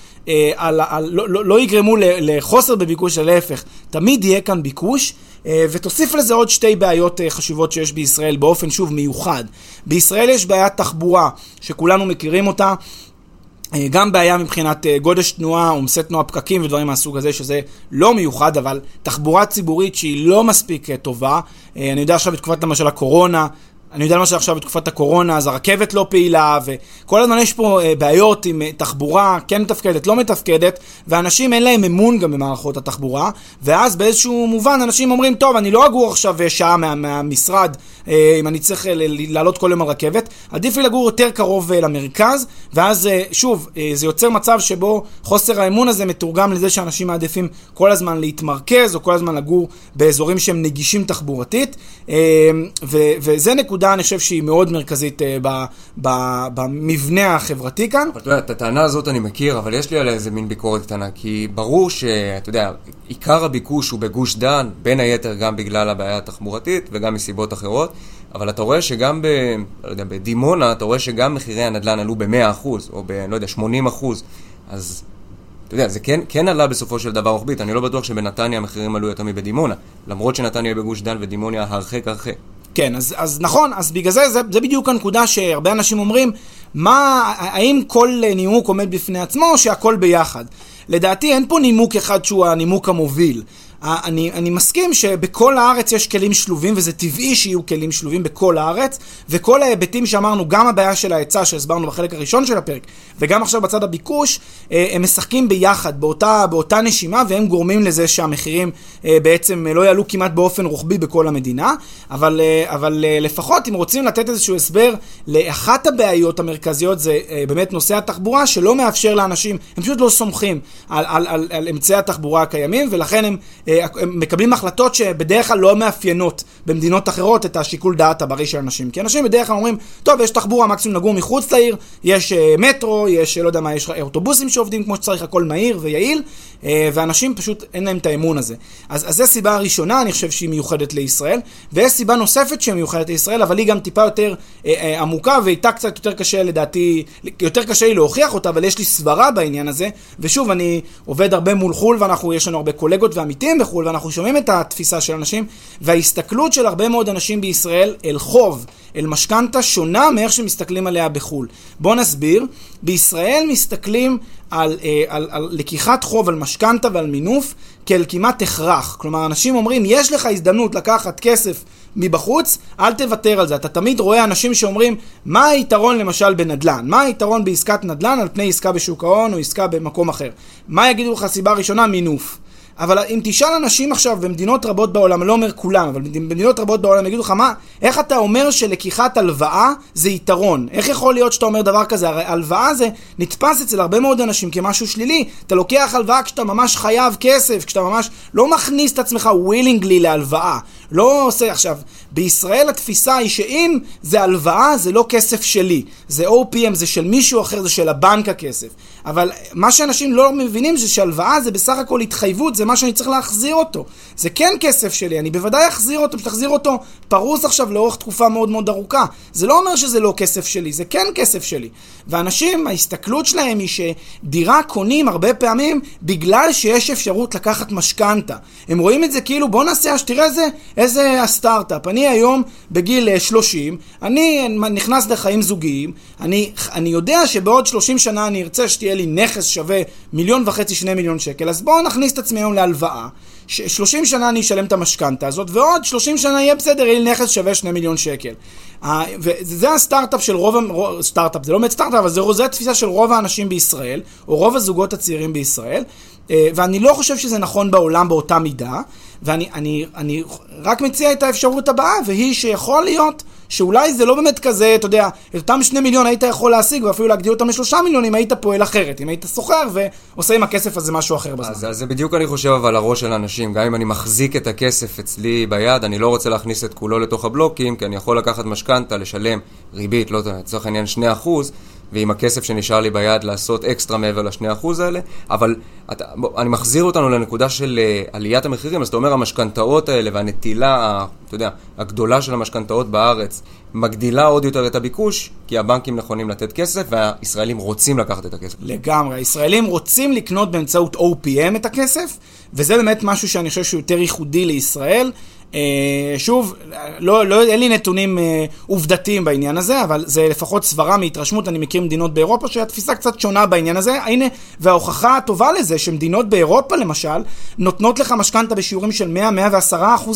לא יגרמו לחוסר בביקוש, להפך, תמיד יהיה כאן ביקוש. ותוסיף לזה עוד שתי בעיות חשובות שיש בישראל באופן שוב מיוחד. בישראל יש בעיית תחבורה שכולנו מכירים אותה, גם בעיה מבחינת גודש תנועה, עומסי תנועה, פקקים ודברים מהסוג הזה, שזה לא מיוחד, אבל תחבורה ציבורית שהיא לא מספיק טובה. אני יודע עכשיו בתקופת למשל הקורונה, אני יודע למשל עכשיו בתקופת הקורונה, אז הרכבת לא פעילה, וכל הזמן יש פה בעיות עם תחבורה, כן מתפקדת, לא מתפקדת, ואנשים אין להם אמון גם במערכות התחבורה, ואז באיזשהו מובן אנשים אומרים, טוב, אני לא אגור עכשיו שעה מהמשרד, אם אני צריך לעלות כל יום על רכבת, עדיף לי לגור יותר קרוב למרכז, ואז שוב, זה יוצר מצב שבו חוסר האמון הזה מתורגם לזה שאנשים מעדיפים כל הזמן להתמרכז, או כל הזמן לגור באזורים שהם נגישים תחבורתית, וזה נקודה אני חושב שהיא מאוד מרכזית במבנה החברתי כאן. אתה יודע, את הטענה הזאת אני מכיר, אבל יש לי עליה איזה מין ביקורת קטנה, כי ברור שאתה יודע, עיקר הביקוש הוא בגוש דן, בין היתר גם בגלל הבעיה התחבורתית וגם מסיבות אחרות, אבל אתה רואה שגם בדימונה, אתה רואה שגם מחירי הנדל"ן עלו ב-100%, או ב-80%, אז אתה יודע, זה כן עלה בסופו של דבר רוחבית. אני לא בטוח שבנתניה המחירים עלו יותר מבדימונה, למרות שנתניה בגוש דן ודימונה הרחק. כן, אז נכון, אז בגלל זה בדיוק הנקודה שהרבה אנשים אומרים, האם כל נימוק עומד בפני עצמו או שהכל ביחד? לדעתי אין פה נימוק אחד שהוא הנימוק המוביל. אני מסכים שבכל הארץ יש כלים שלובים, וזה טבעי שיהיו כלים שלובים בכל הארץ, וכל ההיבטים שאמרנו, גם הבעיה של ההיצע שהסברנו בחלק הראשון של הפרק, וגם עכשיו בצד הביקוש, הם משחקים ביחד, באותה נשימה, והם גורמים לזה שהמחירים בעצם לא יעלו כמעט באופן רוחבי בכל המדינה, אבל לפחות אם רוצים לתת איזשהו הסבר לאחת הבעיות המרכזיות, זה באמת נושא התחבורה, שלא מאפשר לאנשים, הם פשוט לא סומכים על אמצעי התחבורה הקיימים, ולכן הם מקבלים החלטות שבדרך כלל לא מאפיינות במדינות אחרות את השיקול דעת הבריא של אנשים. כי אנשים בדרך כלל אומרים, טוב, יש תחבורה, מקסימום נגור מחוץ לעיר, יש מטרו, יש, לא יודע מה, יש אוטובוסים שעובדים כמו שצריך, הכל מהיר ויעיל, ואנשים פשוט אין להם את האמון הזה. אז זו סיבה הראשונה, אני חושב שהיא מיוחדת לישראל, ויש סיבה נוספת שהיא מיוחדת לישראל, אבל היא גם טיפה יותר עמוקה, והייתה קצת יותר קשה לדעתי, יותר קשה לי להוכיח אותה, אבל יש לי סברה בעניין הזה, ושוב, אני עובד הרבה מול חול, יש לנו הרבה קולגות ועמיתים בחול, ואנחנו שומעים את התפיסה של אנשים, וההסתכלות של הרבה מאוד אנשים בישראל אל חוב, אל משכנתה, שונה מאיך שמסתכלים עליה בחול. בוא נסביר, בישראל מסתכלים על לקיחת חוב, על משכנתה ועל מינוף, כאל כמעט הכרח. כלומר, אנשים אומרים, יש לך הזדמנות לקחת כסף מבחוץ, אל תוותר על זה. אתה תמיד רואה אנשים שאומרים, מה היתרון למשל בנדלן? מה היתרון בעסקת נדלן על פני עסקה בשוק ההון או עסקה במקום אחר? מה יגידו לך? סיבה ראשונה, מינוף. אבל אם תשאל אנשים עכשיו במדינות רבות בעולם, לא אומר כולם, אבל במדינות רבות בעולם יגידו לך, איך אתה אומר שלקיחת הלוואה זה יתרון? איך יכול להיות שאתה אומר דבר כזה? הרי הלוואה זה נתפס אצל הרבה מאוד אנשים כמשהו שלילי. אתה לוקח הלוואה כשאתה ממש חייב כסף, כשאתה ממש לא מכניס את עצמך willingly להלוואה. לא עושה עכשיו. בישראל התפיסה היא שאם זה הלוואה, זה לא כסף שלי. זה OPM, זה של מישהו אחר, זה של הבנק הכסף. אבל מה שאנשים לא מבינים זה שהלוואה זה בסך הכל התחייבות, זה מה שאני צריך להחזיר אותו. זה כן כסף שלי, אני בוודאי אחזיר אותו, שתחזיר אותו פרוס עכשיו לאורך תקופה מאוד מאוד ארוכה. זה לא אומר שזה לא כסף שלי, זה כן כסף שלי. ואנשים, ההסתכלות שלהם היא שדירה קונים הרבה פעמים בגלל שיש אפשרות לקחת משכנתה. הם רואים את זה כאילו, בוא נעשה, תראה איזה הסטארט-אפ. אני היום בגיל 30, אני נכנס לחיים זוגיים, אני יודע שבעוד 30 שנה אני ארצה שתהיה לי נכס שווה 1.5 מיליון, 2 מיליון שקל, אז בואו נכניס את עצמי היום להלוואה, 30 שנה אני אשלם את המשכנתה הזאת, ועוד 30 שנה יהיה בסדר, יהיה לי נכס שווה 2 מיליון שקל. וזה הסטארט-אפ של סטארט-אפ, זה לא באמת סטארט-אפ, אבל זה התפיסה של רוב האנשים בישראל, או רוב הזוגות הצעירים בישראל, ואני לא חושב שזה נכון בעולם באותה מידה, ואני רק מציע את האפשרות הבאה, והיא שיכול להיות שאולי זה לא באמת כזה, אתה יודע, את אותם 2 מיליון היית יכול להשיג, ואפילו להגדיל אותם ל3 מיליון אם היית פועל אחרת, אם היית סוחר ועושה עם הכסף הזה משהו אחר בזמן. אז זה בדיוק אני חושב אבל הראש של האנשים, גם אם אני מחזיק את הכסף אצלי ביד, אני לא רוצה להכניס את כולו לתוך הבלוקים, כי אני יכול לקחת משכנתה, לשלם ריבית, לא צריך עניין 2%, ועם הכסף שנשאר לי ביד לעשות אקסטרה מעבר ל2% האלה, אבל אני מחזיר אותנו לנקודה של עליית המחירים, אז אתה אומר המשכנתאות האלה והנטילה, אתה יודע, הגדולה של המשכנתאות בארץ, מגדילה עוד יותר את הביקוש, כי הבנקים נכונים לתת כסף, והישראלים רוצים לקחת את הכסף. לגמרי, הישראלים רוצים לקנות באמצעות OPM את הכסף, וזה באמת משהו שאני חושב שהוא יותר ייחודי לישראל. שוב, אין לי נתונים עובדתיים בעניין הזה, אבל זה לפחות סברה מהתרשמות. אני מכיר מדינות באירופה שהתפיסה קצת שונה בעניין הזה. הנה, וההוכחה הטובה לזה שמדינות באירופה למשל נותנות לך משכנתה בשיעורים של 100-110%.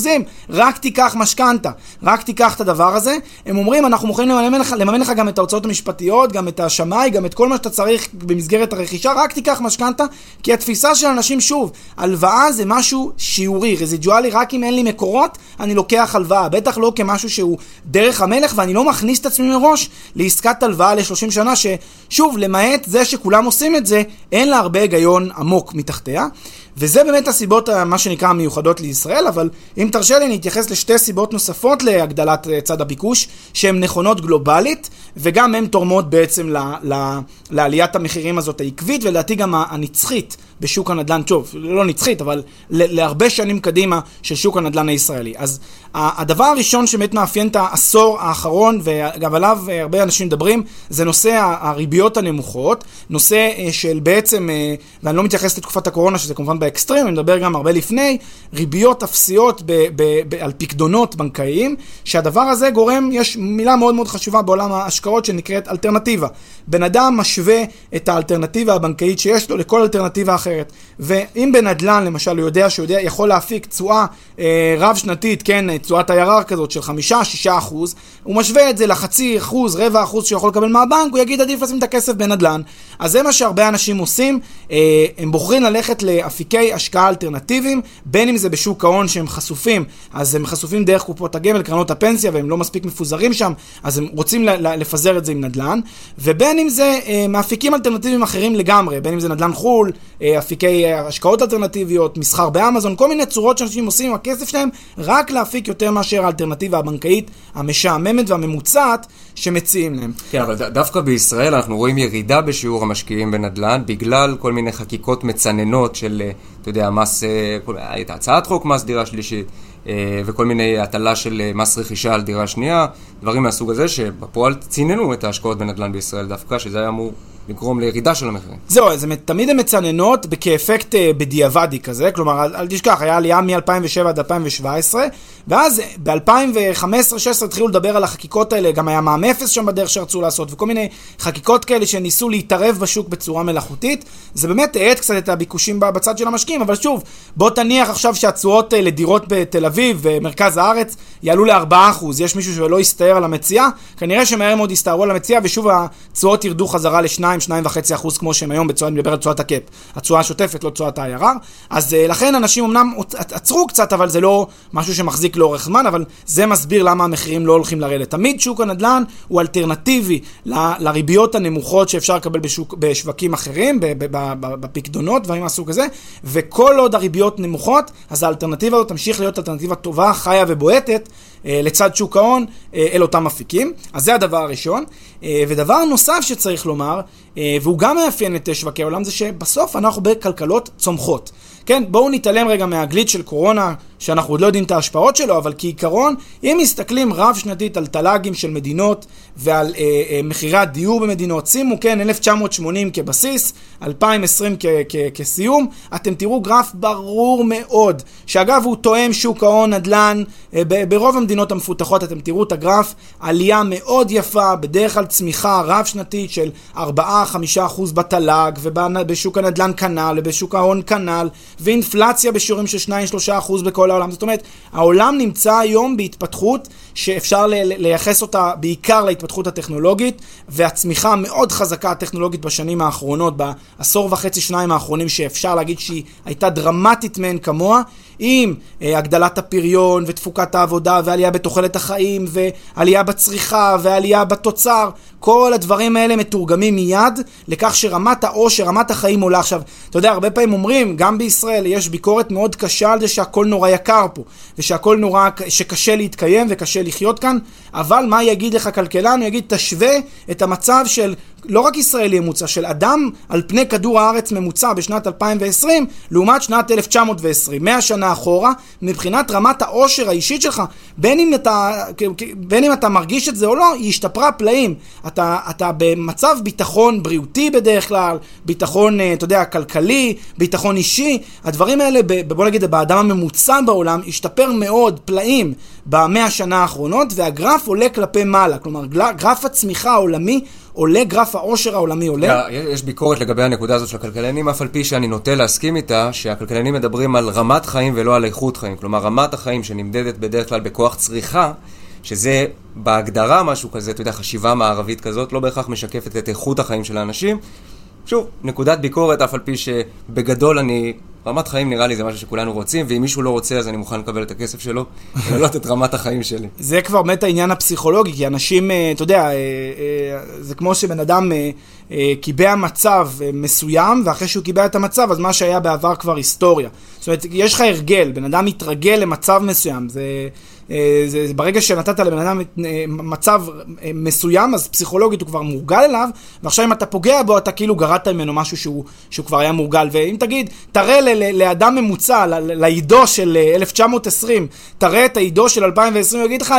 רק תיקח משכנתה, רק תיקח את הדבר הזה. הם אומרים, אנחנו מוכנים לממן לך גם את ההוצאות המשפטיות, גם את השמאי, גם את כל מה שאתה צריך במסגרת הרכישה, רק תיקח משכנתה, כי התפיסה של אנשים, שוב, הלוואה זה משהו שיעורי, רזידואלי, רק אם אין לי מקורות אני לוקח הלוואה, בטח לא כמשהו שהוא דרך המלך, ואני לא מכניס את עצמי מראש לעסקת הלוואה ל30 שנה, ששוב, למעט זה שכולם עושים את זה, אין לה הרבה היגיון עמוק מתחתיה, וזה באמת הסיבות, מה שנקרא, המיוחדות לישראל, אבל אם תרשה לי, אני אתייחס לשתי סיבות נוספות להגדלת צד הביקוש, שהן נכונות גלובלית, וגם הן תורמות בעצם לעליית המחירים הזאת העקבית, ולדעתי גם הנצחית בשוק הנדל"ן, טוב, לא נצחית, אבל להרבה שנים קדימה של שוק הנדל"ן הישראלי. אז הדבר הראשון שבאמת מאפיין את העשור האחרון, וגם עליו הרבה אנשים מדברים, זה נושא הריביות הנמוכות, נושא של בעצם, ואני לא מתייחס לתקופת הקורונה, שזה כמובן באקסטרים, אני מדבר גם הרבה לפני, ריביות אפסיות על פקדונות בנקאיים, שהדבר הזה גורם, יש מילה מאוד מאוד חשובה בעולם ההשקעות שנקראת אלטרנטיבה. בן אדם משווה את האלטרנטיבה הבנקאית שיש לו לכל אלטרנטיבה אחרת. ואם בנדלן, למשל, הוא יודע שהוא יכול להפיק תשואה רב שנתית, כן, תשואת IRR כזאת של 5-6%, הוא משווה את זה ל0.5%, 0.25% שהוא יכול לקבל מהבנק, הוא יגיד עדיף לשים את הכסף בנדלן. אז זה מה שהרבה אנשים עושים, הם בוחרים ללכת לאפיקי השקעה אלטרנטיביים, בין אם זה בשוק ההון שהם חשופים, אז הם חשופים דרך קופות הגמל, קרנות הפנסיה, והם לא מספיק מפוזרים שם, אז הם רוצים לפזר את זה עם נדלן, ובין אם זה מאפיקים אלטרנטיביים אחרים לגמרי, בין אם זה נדלן חול, אפיקי השקעות אלטרנטיביות, מסחר באמזון, כל מיני צורות שאנשים עושים עם הכסף שלהם, רק להפיק יותר מאשר האלטרנטיבה הבנקאית המשעממת והממוצעת שמציעים להם. כן, אבל דווקא בישראל אנחנו רואים ירידה בשיעור המשקיעים בנדל"ן, בגלל כל מיני חקיקות מצננות של, אתה יודע, מס, הייתה הצעת חוק מס דירה שלישית, וכל מיני הטלה של מס רכישה על דירה שנייה, דברים מהסוג הזה שבפועל ציננו את ההשקעות בנדל"ן בישראל דווקא, שזה היה אמור לגרום לירידה של המחירים. זהו, זה תמיד הן מצננות כאפקט בדיעבדי כזה, כלומר, אל תשכח, היה עלייה מ-2007 עד 2017, ואז ב-2015-2016 התחילו לדבר על החקיקות האלה, גם היה מע"מ אפס שם בדרך שרצו לעשות, וכל מיני חקיקות כאלה שניסו להתערב בשוק בצורה מלאכותית, זה באמת העט קצת את הביקושים בצד של המשקיעים, אבל שוב, בוא תניח עכשיו שהתשואות לדירות בתל אביב ומרכז הארץ יעלו ל4%, יש מישהו שלא יסתער על המציאה, כנראה שמהר מאוד יסתערו על המציאה, ושוב התשואות ירדו חזרה ל2.5% כמו שהם היום בצועה, אני מדבר על תשואת הקאפ, התשואה השוטפת, לא תשואת ה-IRR, אז לכן אנשים אמנם עצרו קצת, אבל זה לא משהו שמחזיק לאורך זמן, אבל זה מסביר למה המחירים לא הולכים לרדת. תמיד שוק הנדל"ן הוא אלטרנטיבי לריביות הנמוכות שאפשר לקבל בשווקים אחרים, בפקדונות, דברים מהסוג הזה, וכל עוד הריביות נמוכות, אז האלטרנטיבה הזאת תמשיך להיות אלטרנטיבה טובה, חיה ובועטת, לצד שוק ההון, אל אותם אפיקים. אז זה הדבר הראשון. ודבר נוסף שצריך לומר, והוא גם מאפיין את שווקי העולם, זה שבסוף אנחנו בכלכלות צומחות. כן, בואו נתעלם רגע מהגליץ' של קורונה, שאנחנו עוד לא יודעים את ההשפעות שלו, אבל כעיקרון, אם מסתכלים רב שנתית על תלאגים של מדינות ועל מחירי הדיור במדינות, שימו, כן, 1980 כבסיס, 2020 כסיום, אתם תראו גרף ברור מאוד, שאגב הוא תואם שוק ההון נדל"ן, ברוב המדינות המפותחות אתם תראו את הגרף, עלייה מאוד יפה, בדרך כלל צמיחה רב שנתית של 4-5% בתלאג, ובשוק הנדל"ן כנל, ובשוק ההון כנל, ואינפלציה בשיעורים של 2-3% בכל העולם. זאת אומרת, העולם נמצא היום בהתפתחות שאפשר לייחס אותה בעיקר להתפתחות הטכנולוגית, והצמיחה מאוד חזקה הטכנולוגית בשנים האחרונות, בעשור וחצי שניים האחרונים, שאפשר להגיד שהיא הייתה דרמטית מהן כמוה, עם הגדלת הפריון ותפוקת העבודה ועלייה בתוחלת החיים ועלייה בצריכה ועלייה בתוצר, כל הדברים האלה מתורגמים מיד לכך שרמת העושר, רמת החיים עולה. עכשיו, אתה יודע, הרבה פעמים אומרים, גם בישראל יש ביקורת מאוד קשה על זה שהכל נורא יקר פה, ושהכל נורא שקשה להתקיים וקשה לחיות כאן, אבל מה יגיד לך כלכלן? הוא יגיד, תשווה את המצב של לא רק ישראלי ממוצע, של אדם על פני כדור הארץ ממוצע בשנת 2020, לעומת שנת 1920, 100 שנה אחורה, מבחינת רמת העושר האישית שלך, בין אם אתה מרגיש את זה או לא, היא השתפרה פלאים. אתה במצב ביטחון בריאותי בדרך כלל, ביטחון, אתה יודע, כלכלי, ביטחון אישי, הדברים האלה, בוא נגיד, באדם הממוצע בעולם, השתפר מאוד פלאים ב100 שנה האחרונות, והגרף עולה כלפי מעלה, כלומר, גרף הצמיחה העולמי עולה, גרף העושר העולמי עולה. יש ביקורת לגבי הנקודה הזאת של הכלכלנים, אף על פי שאני נוטה להסכים איתה, שהכלכלנים מדברים על רמת חיים ולא על איכות חיים. כלומר, רמת החיים שנמדדת בדרך כלל בכוח צריכה, שזה בהגדרה משהו כזה, אתה יודע, חשיבה מערבית כזאת, לא בהכרח משקפת את איכות החיים של האנשים. שוב, נקודת ביקורת, אף על פי שבגדול רמת חיים נראה לי זה משהו שכולנו רוצים, ואם מישהו לא רוצה אז אני מוכן לקבל את הכסף שלו, ולא את רמת החיים שלי. זה כבר באמת העניין הפסיכולוגי, כי אנשים, אתה יודע, זה כמו שבן אדם קיבע מצב מסוים, ואחרי שהוא קיבע את המצב, אז מה שהיה בעבר כבר היסטוריה. זאת אומרת, יש לך הרגל, בן אדם מתרגל למצב מסוים, זה ברגע שנתת לבן אדם מצב מסוים, אז פסיכולוגית הוא כבר מורגל אליו, ועכשיו אם אתה פוגע בו, אתה כאילו גרעת ממנו משהו שהוא כבר היה מורגל. ואם תגיד, תראה לאדם ממוצע, לעידו של 1920, תראה את העידו של 2020, הוא יגיד לך,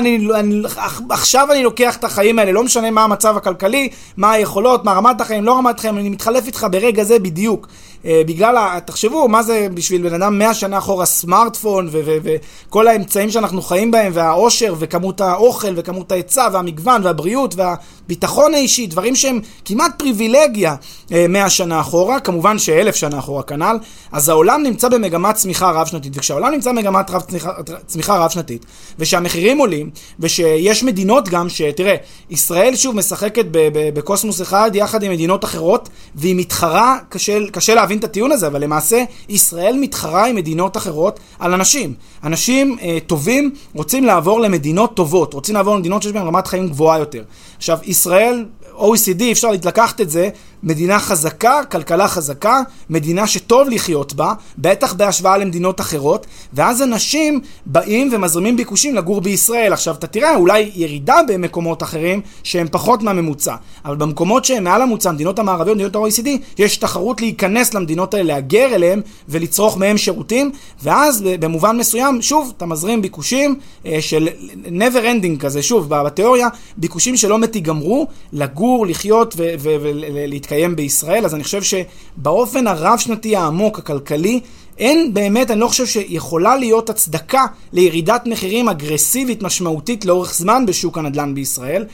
עכשיו אני לוקח את החיים האלה, לא משנה מה המצב הכלכלי, מה היכולות, מה רמת החיים, לא רמת החיים, אני מתחלף איתך ברגע זה בדיוק. בגלל, תחשבו, מה זה בשביל בן אדם 100 שנה אחורה, סמארטפון וכל האמצעים שאנחנו חיים בהם, והאושר וכמות האוכל וכמות ההיצע והמגוון והבריאות והביטחון האישי, דברים שהם כמעט פריבילגיה 100 שנה אחורה, כמובן ש1000 שנה אחורה כנ"ל, אז העולם נמצא במגמת צמיחה רב-שנתית, וכשהעולם נמצא במגמת צמיחה רב-שנתית, ושהמחירים עולים, ושיש מדינות גם שתראה, ישראל שוב משחקת בקוסמוס אחד יחד עם מדינות אחרות, והיא מתחרה, קשה להבין את הטיעון הזה, אבל למעשה ישראל מתחרה עם מדינות אחרות על אנשים. אנשים טובים רוצים לעבור למדינות טובות, רוצים לעבור למדינות שיש בהן רמת חיים גבוהה יותר. עכשיו, ישראל, OECD, אפשר להתלקחת את זה, מדינה חזקה, כלכלה חזקה, מדינה שטוב לחיות בה, בטח בהשוואה למדינות אחרות, ואז אנשים באים ומזרימים ביקושים לגור בישראל. עכשיו, אתה תראה, אולי ירידה במקומות אחרים שהם פחות מהממוצע, אבל במקומות שהם מעל הממוצע, מדינות המערביות, מדינות ה-OECD, יש תחרות להיכנס למדינות האלה, להגר אליהם ולצרוך מהם שירותים, ואז במובן מסוים, שוב, אתה מזרים ביקושים של never ending כזה, שוב, בתיאוריה, ביקושים שלא מתיגמרו, לגור, לחיות ולהתקיים בישראל. אז אני חושב שבאופן הרב-שנתי העמוק הכלכלי, אין באמת, אני לא חושב שיכולה להיות הצדקה לירידת מחירים אגרסיבית משמעותית לאורך זמן בשוק הנדל"ן בישראל.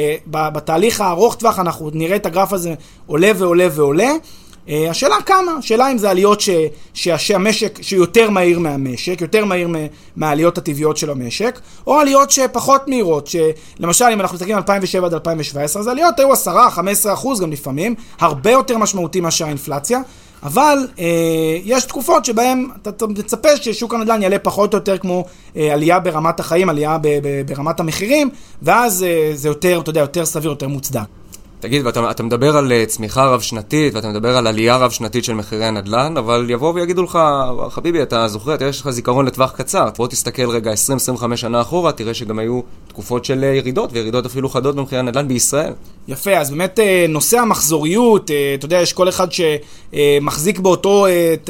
בתהליך הארוך טווח אנחנו נראה את הגרף הזה עולה ועולה ועולה. השאלה כמה? השאלה אם זה עליות שהמשק, שיותר מהיר מהמשק, יותר מהיר מהעליות הטבעיות של המשק, או עליות שפחות מהירות, שלמשל אם אנחנו מסתכלים 2007 עד 2017, אז עליות היו 10-15% גם לפעמים, הרבה יותר משמעותי מאשר האינפלציה, אבל יש תקופות שבהן אתה מצפה ששוק הנדל"ן יעלה פחות או יותר כמו עלייה ברמת החיים, עלייה ברמת המחירים, ואז זה יותר, אתה יודע, יותר סביר, יותר מוצדק. תגיד, אתה מדבר על צמיחה רב-שנתית, ואתה מדבר על עלייה רב-שנתית של מחירי הנדל"ן, אבל יבואו ויגידו לך, חביבי, אתה זוכר, יש לך זיכרון לטווח קצר, בוא תסתכל רגע 20-25 שנה אחורה, תראה שגם היו תקופות של ירידות, וירידות אפילו חדות במחירי הנדל"ן בישראל. יפה, אז באמת נושא המחזוריות, אתה יודע, יש כל אחד שמחזיק באותו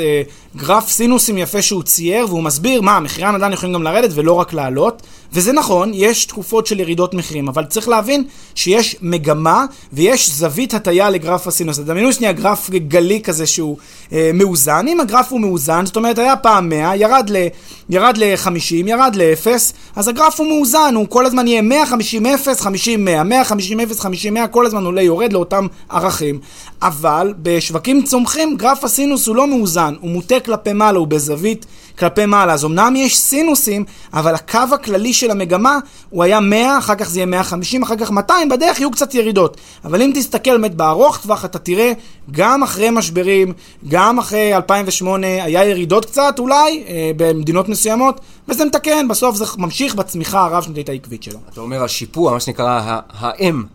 גרף סינוסים יפה שהוא צייר, והוא מסביר מה, מחירי הנדל"ן יכולים גם לרדת ולא רק לעלות, וזה נכון, יש תקופות של ירידות מחירים, אבל צריך להבין שיש מגמה ויש זווית הטיה לגרף הסינוס. דמיינו שנייה גרף גלי כזה שהוא מאוזן. אם הגרף הוא מאוזן, זאת אומרת היה פעם 100, ירד ל-50, ירד ל-0, אז הגרף הוא מאוזן, הוא כל הזמן יהיה 150, 0, 50, 100, 150, 0, 50, 100, כל הזמן עולה יורד לאותם ערכים. אבל בשווקים צומחים, גרף הסינוס הוא לא מאוזן, הוא מוטה כלפי מעלה, הוא בזווית כלפי מעלה. אז אמנם יש סינוסים, אבל הקו הכללי של המגמה הוא היה 100, אחר כך זה יהיה 150, אחר כך 200, בדרך יהיו קצת ירידות. אבל אם תסתכל באמת בארוך טווח, אתה תראה גם אחרי משברים, גם אחרי 2008, היה ירידות קצת אולי במדינות מסוימות, וזה מתקן, בסוף זה ממשיך בצמיחה הרב-שנתית העקבית שלו. אתה אומר השיפוע, מה שנקרא האם,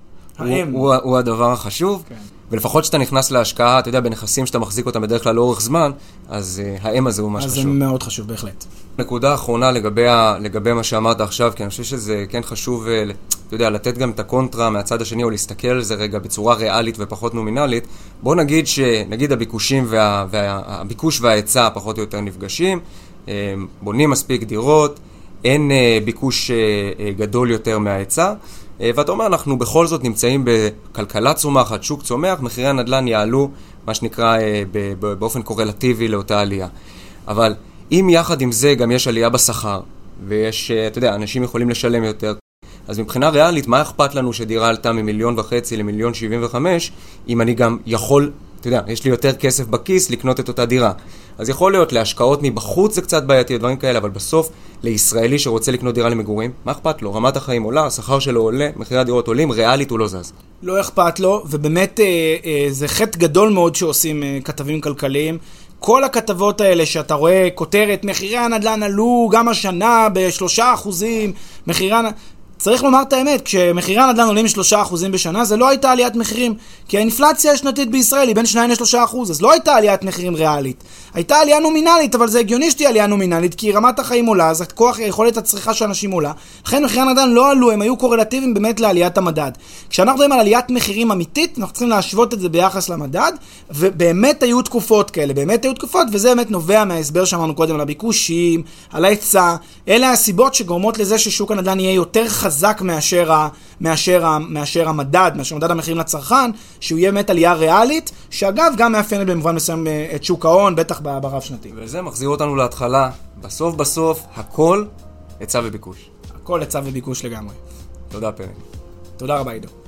הוא הדבר החשוב. כן. ולפחות שאתה נכנס להשקעה, אתה יודע, בנכסים שאתה מחזיק אותם בדרך כלל לאורך זמן, אז האם הזה הוא מה שחשוב. אז זה מאוד חשוב, בהחלט. נקודה אחרונה לגבי מה שאמרת עכשיו, כי אני חושב שזה כן חשוב, אתה יודע, לתת גם את הקונטרה מהצד השני, או להסתכל על זה רגע בצורה ריאלית ופחות נומינלית. בוא נגיד שנגיד הביקושים והביקוש וההיצע פחות או יותר נפגשים, בונים מספיק דירות, אין ביקוש גדול יותר מההיצע, ואתה אומר, אנחנו בכל זאת נמצאים בכלכלה צומחת, שוק צומח, מחירי הנדל"ן יעלו, מה שנקרא, באופן קורלטיבי לאותה עלייה. אבל אם יחד עם זה גם יש עלייה בשכר, ויש, אתה יודע, אנשים יכולים לשלם יותר, אז מבחינה ריאלית, מה אכפת לנו שדירה עלתה מ1.5 מיליון ל1.75 מיליון, אם אני גם יכול, אתה יודע, יש לי יותר כסף בכיס לקנות את אותה דירה. אז יכול להיות להשקעות מבחוץ זה קצת בעייתי, דברים כאלה, אבל בסוף לישראלי שרוצה לקנות דירה למגורים, מה אכפת לו? רמת החיים עולה, השכר שלו עולה, מחירי הדירות עולים, ריאלית הוא לא זז. לא אכפת לו, ובאמת זה חטא גדול מאוד שעושים כתבים כלכליים. כל הכתבות האלה שאתה רואה כותרת, מחירי הנדל"ן עלו גם השנה ב3%, מחירי צריך לומר את האמת, כשמחירי הנדל"ן עולים 3% בשנה, זה לא הייתה עליית מחירים, כי האינפלציה השנתית בישראל היא בין 2-3%, אז לא הייתה עליית מחירים ריאלית. הייתה עלייה נומינלית, אבל זה הגיוני שתהיה עלייה נומינלית, כי רמת החיים עולה, אז הכוח, יכולת הצריכה של אנשים עולה. לכן מחירי הנדל"ן לא עלו, הם היו קורלטיביים באמת לעליית המדד. כשאנחנו מדברים על עליית מחירים אמיתית, אנחנו צריכים להשוות את זה ביחס למדד, ובאמת היו תקופות כאלה, וזה באמת נובע מההסבר שאמרנו קודם על הביקושים, על ההיצע. אלה הסיבות שגורמות לזה ששוק הנדל"ן יהיה יותר חזק מאשר המדד, מאשר מדד המחירים לצרכן, שהוא יהיה באמת עלייה ריאלית, שאגב גם מאפיינת במובן מסוים את שוק ההון, בטח ברב שנתי. וזה מחזיר אותנו להתחלה. בסוף, הכל היצע וביקוש. הכל היצע וביקוש לגמרי. תודה פרק. תודה רבה עידו.